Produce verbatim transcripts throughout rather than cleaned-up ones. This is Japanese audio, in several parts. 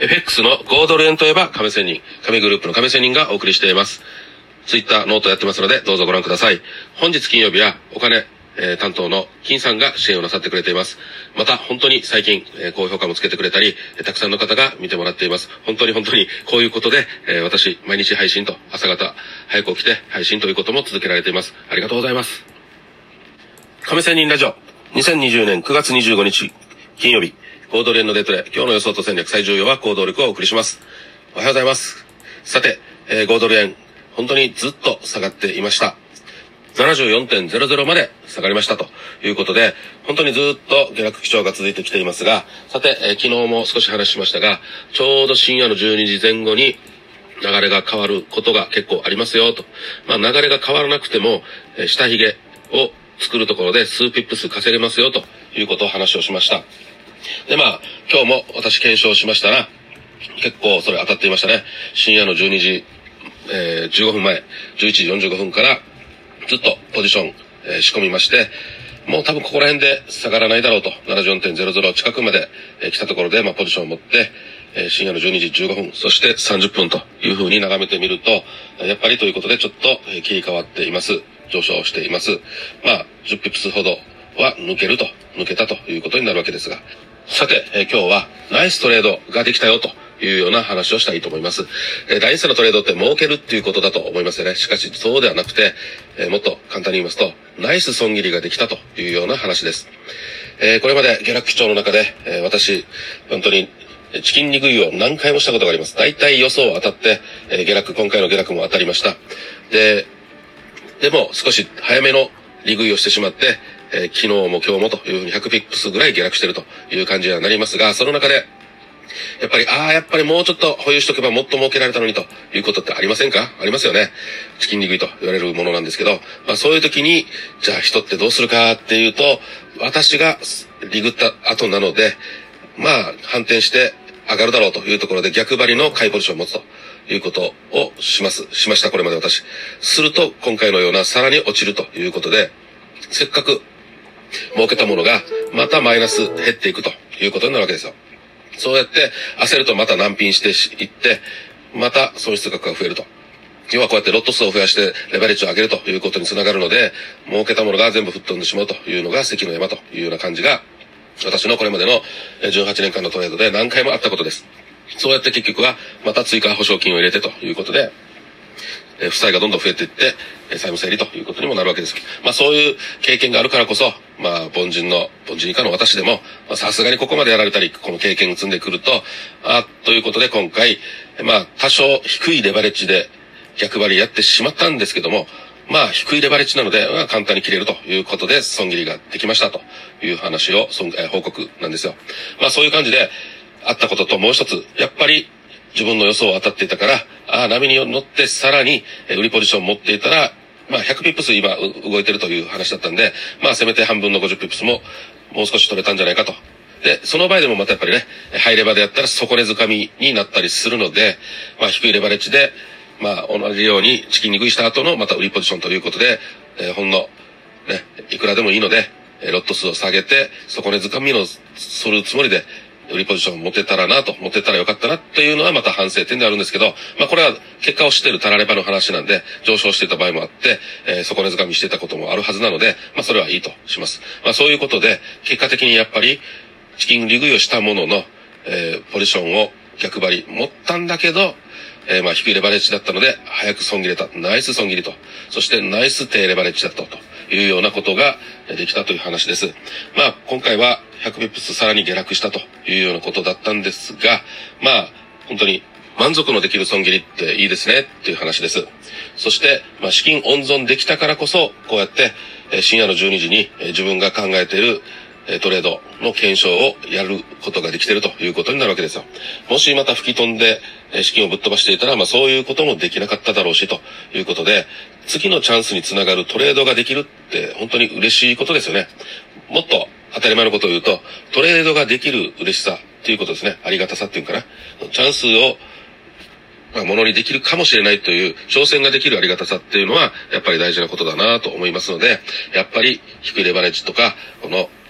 エフエックス のごドル円といえば亀仙人、亀グループの亀仙人がお送りしています。ツイッター、ノートやってますので、どうぞご覧ください。本日金曜日はお金、えー、担当の金さんが支援をなさってくれています。また、本当に最近、えー、高評価もつけてくれたり、えー、たくさんの方が見てもらっています。本当に本当に、こういうことで、えー、私、毎日配信と、朝方、早く起きて配信ということも続けられています。ありがとうございます。亀仙人ラジオ、にせんにじゅうねんくがつにじゅうごにち、金曜日、ごドル円のデートレ、今日の予想と戦略最重要は行動力をお送りします。おはようございます。さて、えー、ごドル円、本当にずっと下がっていました。ななじゅうよんてんゼロゼロ まで下がりましたということで、本当にずっと下落基調が続いてきていますが、さて、えー、昨日も少し話しましたが、ちょうど深夜のじゅうにじぜん後に流れが変わることが結構ありますよと。まあ流れが変わらなくても、えー、下髭を作るところで数ピップ数稼げますよということを話をしました。で、まあ、今日も私検証しましたら、結構それ当たっていましたね。深夜のじゅうにじ、えー、じゅうごふんまえ、じゅういちじよんじゅうごふんからずっとポジション、えー、仕込みまして、もう多分ここら辺で下がらないだろうと、ななじゅうよんてんゼロゼロ 近くまで、えー、来たところで、まあ、ポジションを持って、えー、深夜のじゅうにじじゅうごふん、そしてさんじゅっぷんという風に眺めてみると、やっぱりということでちょっと、えー、切り替わっています。上昇しています。まあ、じゅうピップスほどは抜けると、抜けたということになるわけですが。さて、えー、今日はナイストレードができたよというような話をしたいと思います。えー、大事なトレードって儲けるっていうことだと思いますよね。しかしそうではなくて、えー、もっと簡単に言いますと、ナイス損切りができたというような話です。えー、これまで下落基調の中で、えー、私、本当にチキン利食いを何回もしたことがあります。大体予想当たって、えー、下落、今回の下落も当たりました。で、でも少し早めの利食いをしてしまって、えー、昨日も今日もというふうにひゃくピップスぐらい下落しているという感じにはなりますが、その中で、やっぱり、ああ、やっぱりもうちょっと保有しとけばもっと儲けられたのにということってありませんか？ありますよね。チキン利食いと言われるものなんですけど、まあそういう時に、じゃあ人ってどうするかっていうと、私が利食った後なので、まあ反転して上がるだろうというところで逆張りの買いポジションを持つということをします。しました、これまで私。すると、今回のようなさらに落ちるということで、せっかく儲けたものがまたマイナス減っていくということになるわけですよ。そうやって焦るとまた難品していって、また損失額が増えると。要はこうやってロット数を増やしてレバレッジを上げるということにつながるので、儲けたものが全部吹っ飛んでしまうというのが関の山というような感じが、私のこれまでのじゅうはちねんかんのトレードで何回もあったことです。そうやって結局はまた追加保証金を入れてということで、えー、負債がどんどん増えていって、えー、債務整理ということにもなるわけです。まあそういう経験があるからこそ、まあ凡人の、凡人以下の私でも、さすがにここまでやられたり、この経験を積んでくると、あということで今回、まあ多少低いレバレッジで逆張りやってしまったんですけども、まあ低いレバレッジなので、まあ、簡単に切れるということで損切りができましたという話を、えー、報告なんですよ。まあそういう感じであったことともう一つ、やっぱり自分の予想を当たっていたから、ああ、波に乗ってさらに売りポジションを持っていたら、まあひゃくピップス今動いてるという話だったんで、まあせめて半分のごじゅうピップスももう少し取れたんじゃないかと。で、その場合でもまたやっぱりね、ハイレバーでやったら底値掴みになったりするので、まあ低いレバレッジで、まあ同じようにチキンに食いした後のまた売りポジションということで、えー、ほんの、ね、いくらでもいいので、ロット数を下げて、底値掴みのするつもりで、売りポジションを持てたらなと、持てたらよかったなっていうのはまた反省点であるんですけど、まあこれは結果を知っているタラレバの話なんで、上昇していた場合もあって、えー、底値掴みしていたこともあるはずなので、まあそれはいいとします。まあそういうことで、結果的にやっぱり、チキン利食いをしたものの、えー、ポジションを逆張り持ったんだけど、えー、まあ低いレバレッジだったので、早く損切れた。ナイス損切りと。そしてナイス低レバレッジだったというようなことができたという話です。まあ今回はひゃくピップスさらに下落したというようなことだったんですが、まあ本当に満足のできる損切りっていいですねっていう話です。そして、まあ資金温存できたからこそ、こうやって深夜のじゅうにじに自分が考えているトレードの検証をやることができているということになるわけですよ。もしまた吹き飛んで資金をぶっ飛ばしていたら、まあそういうこともできなかっただろうしということで、次のチャンスにつながるトレードができるって本当に嬉しいことですよね。もっと当たり前のことを言うと、トレードができる嬉しさっていうことですね。ありがたさっていうかな。チャンスをまあ、ものにできるかもしれないという挑戦ができるありがたさっていうのはやっぱり大事なことだなと思いますので、やっぱり低いレバレッジとかこの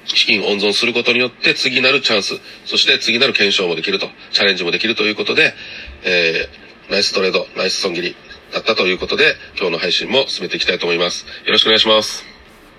資金を温存することによって次なるチャンス、そして次なる検証もできると、チャレンジもできるということで、えー、ナイストレード、ナイス損切りだったということで、今日の配信も進めていきたいと思います。よろしくお願いします。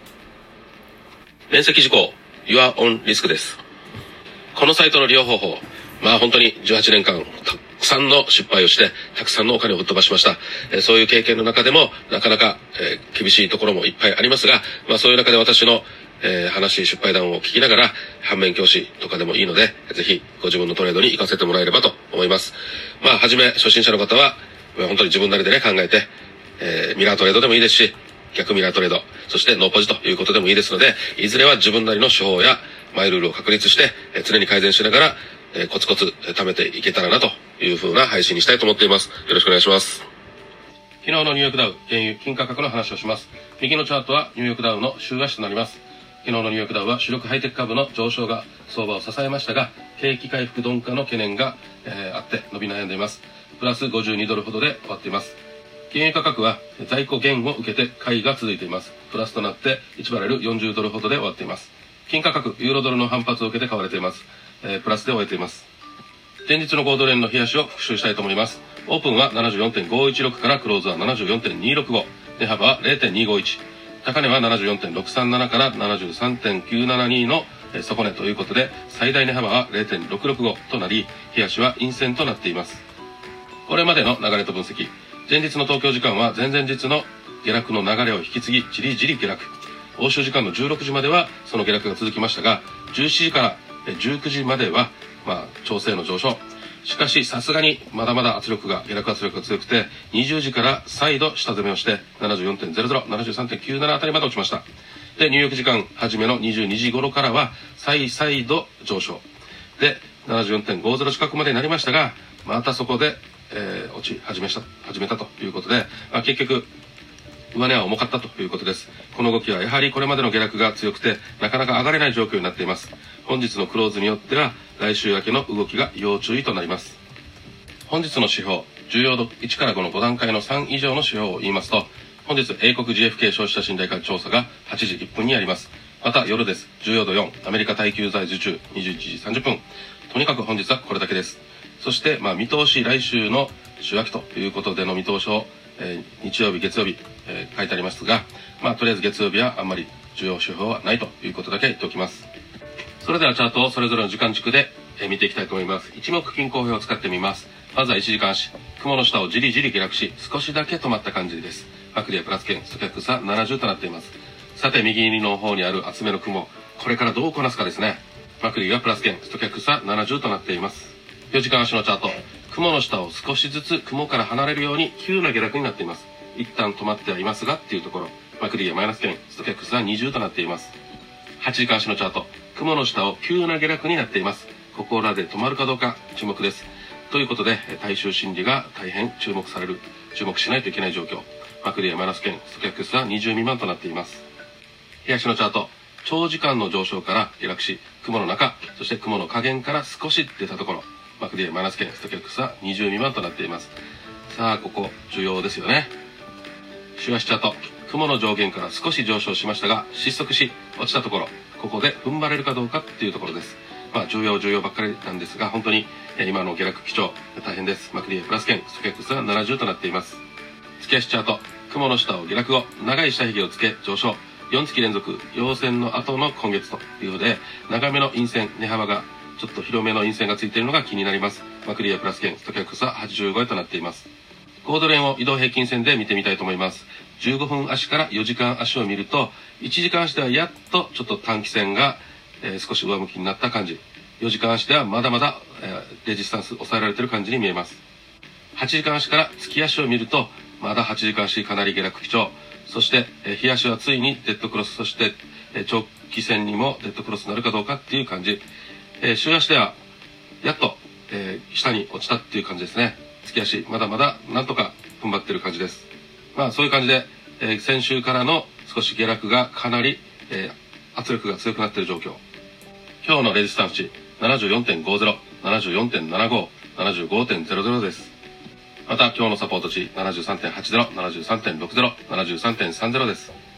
面積事項、Your Own Risk です。このサイトの利用方法、まあ本当にじゅうはちねんかん、たくさんの失敗をして、たくさんのお金を吹っ飛ばしました。えー、そういう経験の中でも、なかなか、えー、厳しいところもいっぱいありますが、まあそういう中で私のえー、話、失敗談を聞きながら、反面教師とかでもいいので、ぜひご自分のトレードに活かせてもらえればと思います。まあ、はじめ、初心者の方は、本当に自分なりでね、考えて、えー、ミラートレードでもいいですし、逆ミラートレード、そしてノーポジということでもいいですので、いずれは自分なりの手法やマイルールを確立して、えー、常に改善しながら、えー、コツコツ貯めていけたらなという風な配信にしたいと思っています。よろしくお願いします。昨日のニューヨークダウ、原油、金価格の話をします。右のチャートはニューヨークダウの週足となります。昨日のニューヨークダウは主力ハイテク株の上昇が相場を支えましたが、景気回復鈍化の懸念が、えー、あって伸び悩んでいます。プラスごじゅうにドルほどで終わっています。原油価格は在庫減を受けて買いが続いています。プラスとなっていちバレルよんじゅうドルほどで終わっています。金価格、ユーロドルの反発を受けて買われています。えー、プラスで終えています。前日のゴールドレーンの冷やしを復習したいと思います。オープンは ななじゅうよんてんごいちろく からクローズは ななじゅうよんてんにろくご、値幅は れいてんにごいち、高値は ななじゅうよんてんろくさんなな から ななじゅうさんてんきゅうななに の底値ということで、最大値幅は れいてんろくろくご となり、冷やしは陰線となっています。これまでの流れと分析。前日の東京時間は前々日の下落の流れを引き継ぎ、じりじり下落。欧州時間のじゅうろくじまではその下落が続きましたが、じゅうしちじからじゅうくじまでは、まあ、調整の上昇。しかし、さすがにまだまだ圧力が、下落圧力が強くて、にじゅうじから再度下攻めをして、ななじゅうよんてんゼロゼロ、ななじゅうさんてんきゅうなな あたりまで落ちました。で、ニューヨーク時間初めのにじゅうにじ頃からは、再再度上昇。で、ななじゅうよんてんごゼロ 近くまでになりましたが、またそこで、えー、落ち始めした、始めたということで、まあ、結局、上値は重かったということです。この動きはやはりこれまでの下落が強くて、なかなか上がれない状況になっています。本日のクローズによっては、来週明けの動きが要注意となります。本日の指標、重要度いちからごのご段階のさん以上の指標を言いますと、本日英国 ジーエフケー 消費者信頼感調査がはちじいっぷんにあります。また夜です。重要度よん、アメリカ耐久財受注にじゅういちじさんじゅっぷん。とにかく本日はこれだけです。そして、まあ、見通し来週の週明けということでの見通しを、えー、日曜日、月曜日、えー、書いてありますが、まあ、とりあえず月曜日はあんまり重要指標はないということだけ言っておきます。それではチャートをそれぞれの時間軸で、えー、見ていきたいと思います。一目均衡表を使ってみます。まずはいちじかん足、雲の下をじりじり下落し、少しだけ止まった感じです。マクリアプラス圏、ストキャック差ななじゅうとなっています。さて、右の方にある厚めの雲、これからどうこなすかですね。マクリはプラス圏、ストキャック差ななじゅうとなっています。よじかん足のチャート、雲の下を少しずつ雲から離れるように急な下落になっています。一旦止まってはいますがっていうところ、マクリアマイナス圏、ストキャック差にじゅうとなっています。はちじかん足のチャート、雲の下を急な下落になっています。ここらで止まるかどうか注目です。ということで、大衆心理が大変注目される、注目しないといけない状況。マクリアマイナス圏、ストキャック差にじゅう未満となっています。冷やしのチャート、長時間の上昇から下落し、雲の中、そして雲の下限から少し出たところ、マクリアマイナス圏、ストキャック差にじゅう未満となっています。さあ、ここ、重要ですよね。週足チャート、雲の上限から少し上昇しましたが、失速し、落ちたところ、ここで踏ん張れるかどうかっていうところです。まあ、重要重要ばっかりなんですが、本当に、えー、今の下落基調、大変です。マクリアプラス圏、ストキャックスはななじゅうとなっています。月足チャート、雲の下を下落後、長い下髭をつけ、上昇。よん月連続、陽線の後の今月ということで、長めの陰線、値幅が、ちょっと広めの陰線がついているのが気になります。マクリアプラス圏、ストキャックスははちじゅうごえとなっています。ゴールドレーンを移動平均線で見てみたいと思います。じゅうごふん足からよじかん足を見ると、いちじかん足ではやっとちょっと短期線が、えー、少し上向きになった感じ。よじかん足ではまだまだ、えー、レジスタンス抑えられている感じに見えます。はちじかん足から月足を見ると、まだはちじかん足かなり下落基調。そして、えー、日足はついにデッドクロス、そして、えー、長期線にもデッドクロスになるかどうかっていう感じ。えー、週足では、やっと、えー、下に落ちたっていう感じですね。月足、まだまだなんとか踏ん張ってる感じです。まあそういう感じで、えー、先週からの少し下落がかなり、えー、圧力が強くなっている状況。今日のレジスタンス値 ななじゅうよんてんごゼロ、ななじゅうよんてんななご、ななじゅうごてんゼロゼロ です。また今日のサポート値 ななじゅうさんてんはちゼロ、ななじゅうさんてんろくゼロ、ななじゅうさんてんさんゼロ です。今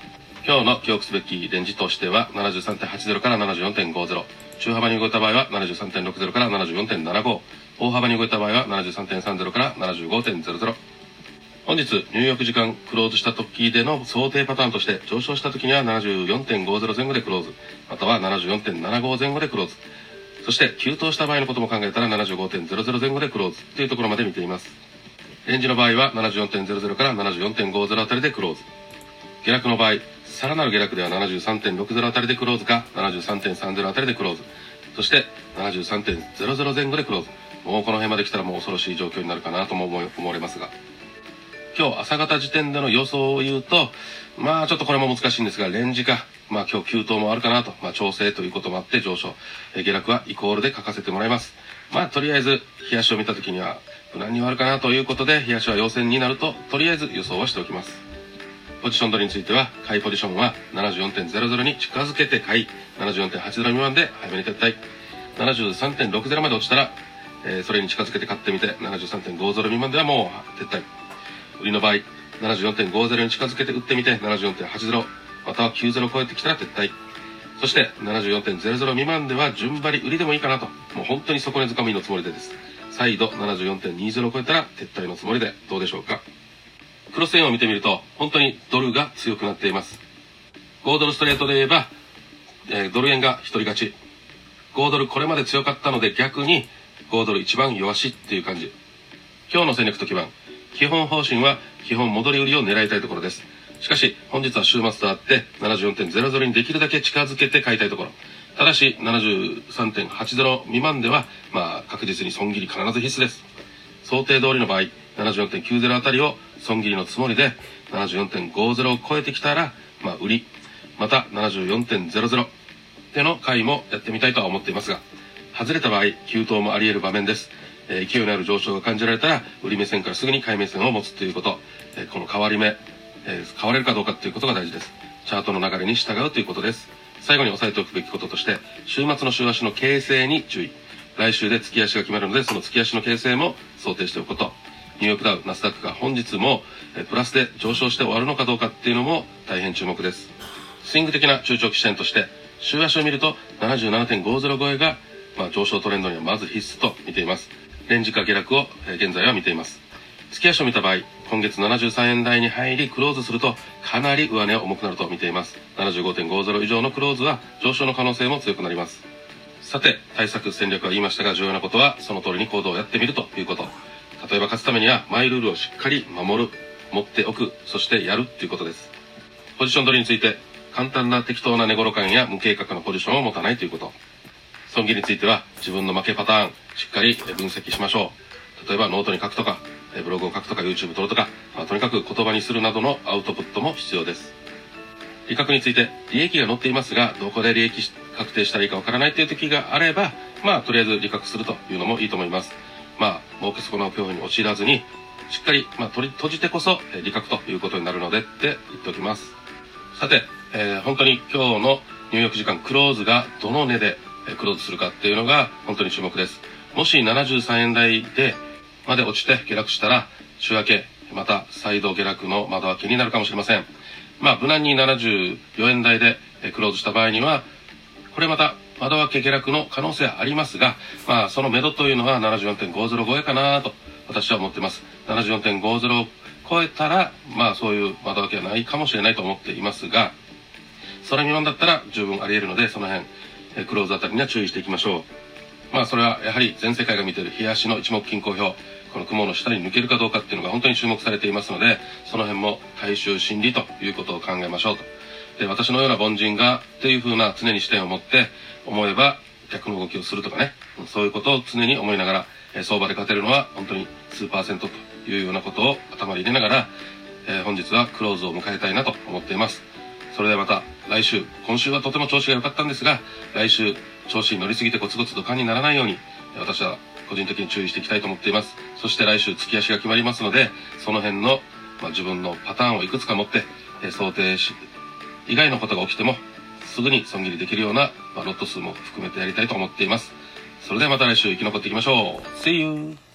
今日の記憶すべきレンジとしては ななじゅうさんてんはちゼロ から ななじゅうよんてんごゼロ、中幅に動いた場合は ななじゅうさんてんろくゼロ から ななじゅうよんてんななご、大幅に動いた場合は ななじゅうさんてんさんゼロ から ななじゅうごてんゼロゼロ。本日入浴時間クローズした時での想定パターンとして、上昇した時には ななじゅうよんてんごゼロ 前後でクローズ、または ななじゅうよんてんななご 前後でクローズ、そして急騰した場合のことも考えたら ななじゅうごてんゼロゼロ 前後でクローズというところまで見ています。レンジの場合は ななじゅうよんてんゼロゼロ から ななじゅうよんてんごゼロ あたりでクローズ、下落の場合さらなる下落では ななじゅうさんてんろくゼロ あたりでクローズか ななじゅうさんてんさんゼロ あたりでクローズ、そして ななじゅうさんてんゼロゼロ 前後でクローズ。もうこの辺まで来たらもう恐ろしい状況になるかなとも思われますが、今日朝方時点での予想を言うと、まあちょっとこれも難しいんですが、レンジか、まあ今日急騰もあるかなと、まあ調整ということもあって上昇、え下落はイコールで書かせてもらいます。まあとりあえず冷やしを見た時には無難に割るかなということで、冷やしは陽線になるととりあえず予想はしておきます。ポジション取りについては、買いポジションは ななじゅうよんてんゼロゼロ に近づけて買い、ななじゅうよんてんはちゼロ 未満で早めに撤退、ななじゅうさんてんろくゼロ まで落ちたら、えー、それに近づけて買ってみて ななじゅうさんてんごゼロ 未満ではもう撤退。売りの場合 ななじゅうよんてんごゼロ に近づけて売ってみて ななじゅうよんてんはちゼロ またはきゅうゼロを超えてきたら撤退、そして ななじゅうよんてんゼロゼロ 未満では順張り売りでもいいかなと、もう本当に底根掴みのつもりでです。再度 ななじゅうよんてんにゼロ を超えたら撤退のつもりでどうでしょうか。クロス円を見てみると本当にドルが強くなっています。ごドルストレートで言えば、えー、ドル円が一人勝ち、ごドルこれまで強かったので逆にごドル一番弱しっていう感じ。今日の戦略と基盤、基本方針は基本戻り売りを狙いたいところです。しかし本日は週末とあって ななじゅうよんてんゼロゼロ にできるだけ近づけて買いたいところ。ただし ななじゅうさんてんはちゼロ 未満ではまあ確実に損切り必ず必須です。想定通りの場合 ななじゅうよんてんきゅうゼロ あたりを損切りのつもりで ななじゅうよんてんごゼロ を超えてきたらまあ売り、また ななじゅうよんてんゼロゼロ での買いもやってみたいとは思っていますが、外れた場合急騰もあり得る場面です。えー、勢いのある上昇が感じられたら売り目線からすぐに買い目線を持つということ、えー、この変わり目、えー、変われるかどうかということが大事です。チャートの流れに従うということです。最後に押さえておくべきこととして、週末の週足の形成に注意。来週で月足が決まるので、その月足の形成も想定しておくこと。ニューヨークダウ、ナスダックが本日もえプラスで上昇して終わるのかどうかっていうのも大変注目です。スイング的な中長期視点として、週足を見ると ななじゅうななてんごゼロ 超えが、まあ、上昇トレンドにはまず必須と見ています。レンジか下落を、えー、現在は見ています。月足を見た場合、今月ななじゅうさんえん台に入りクローズするとかなり上値は重くなると見ています。ななじゅうごてんごゼロ 以上のクローズは上昇の可能性も強くなります。さて、対策戦略は言いましたが、重要なことはその通りに行動をやってみるということ。例えば勝つためにはマイルールをしっかり守る、持っておく、そしてやるということです。ポジション取りについて、簡単な適当な値頃感や無計画なポジションを持たないということ。損切りについては自分の負けパターンしっかり分析しましょう。例えばノートに書くとか、ブログを書くとか、 YouTube 撮るとか、まあ、とにかく言葉にするなどのアウトプットも必要です。利確について利益が載っていますが、どこで利益確定したらいいかわからないという時があれば、まあとりあえず利確するというのもいいと思います。まあ儲け損なう恐怖に陥らずにしっかり、まあ、取り閉じてこそ利確ということになるのでって言っておきます。さて、えー、本当に今日の入浴時間クローズがどの値でクローズするかっていうのが本当に注目です。もしななじゅうさんえん台でまで落ちて下落したら、週明けまた再度下落の窓開けになるかもしれません。まあ無難にななじゅうよえん台でクローズした場合には、これまた窓開け下落の可能性はありますが、まあその目処というのは ななじゅうよんてんごゼロ 超えかなと私は思っています。ななじゅうよんてんごゼロ を超えたら、まあそういう窓開けはないかもしれないと思っていますが、それ未満だったら十分あり得るので、その辺クローズあたりには注意していきましょう。まあそれはやはり全世界が見ている冷やしの一目均衡表、この雲の下に抜けるかどうかっていうのが本当に注目されていますので、その辺も回収心理ということを考えましょうと。で、私のような凡人がっていう風な常に視点を持って思えば逆の動きをするとかね、そういうことを常に思いながら、相場で勝てるのは本当に数パーセントというようなことを頭に入れながら、えー、本日はクローズを迎えたいなと思っています。それではまた来週、今週はとても調子が良かったんですが、来週調子に乗りすぎてゴツゴツドカンにならないように私は個人的に注意していきたいと思っています。そして来週月足が決まりますので、その辺の、まあ、自分のパターンをいくつか持って、えー、想定し以外のことが起きてもすぐに損切りできるような、まあ、ロット数も含めてやりたいと思っています。それではまた来週生き残っていきましょう。See you!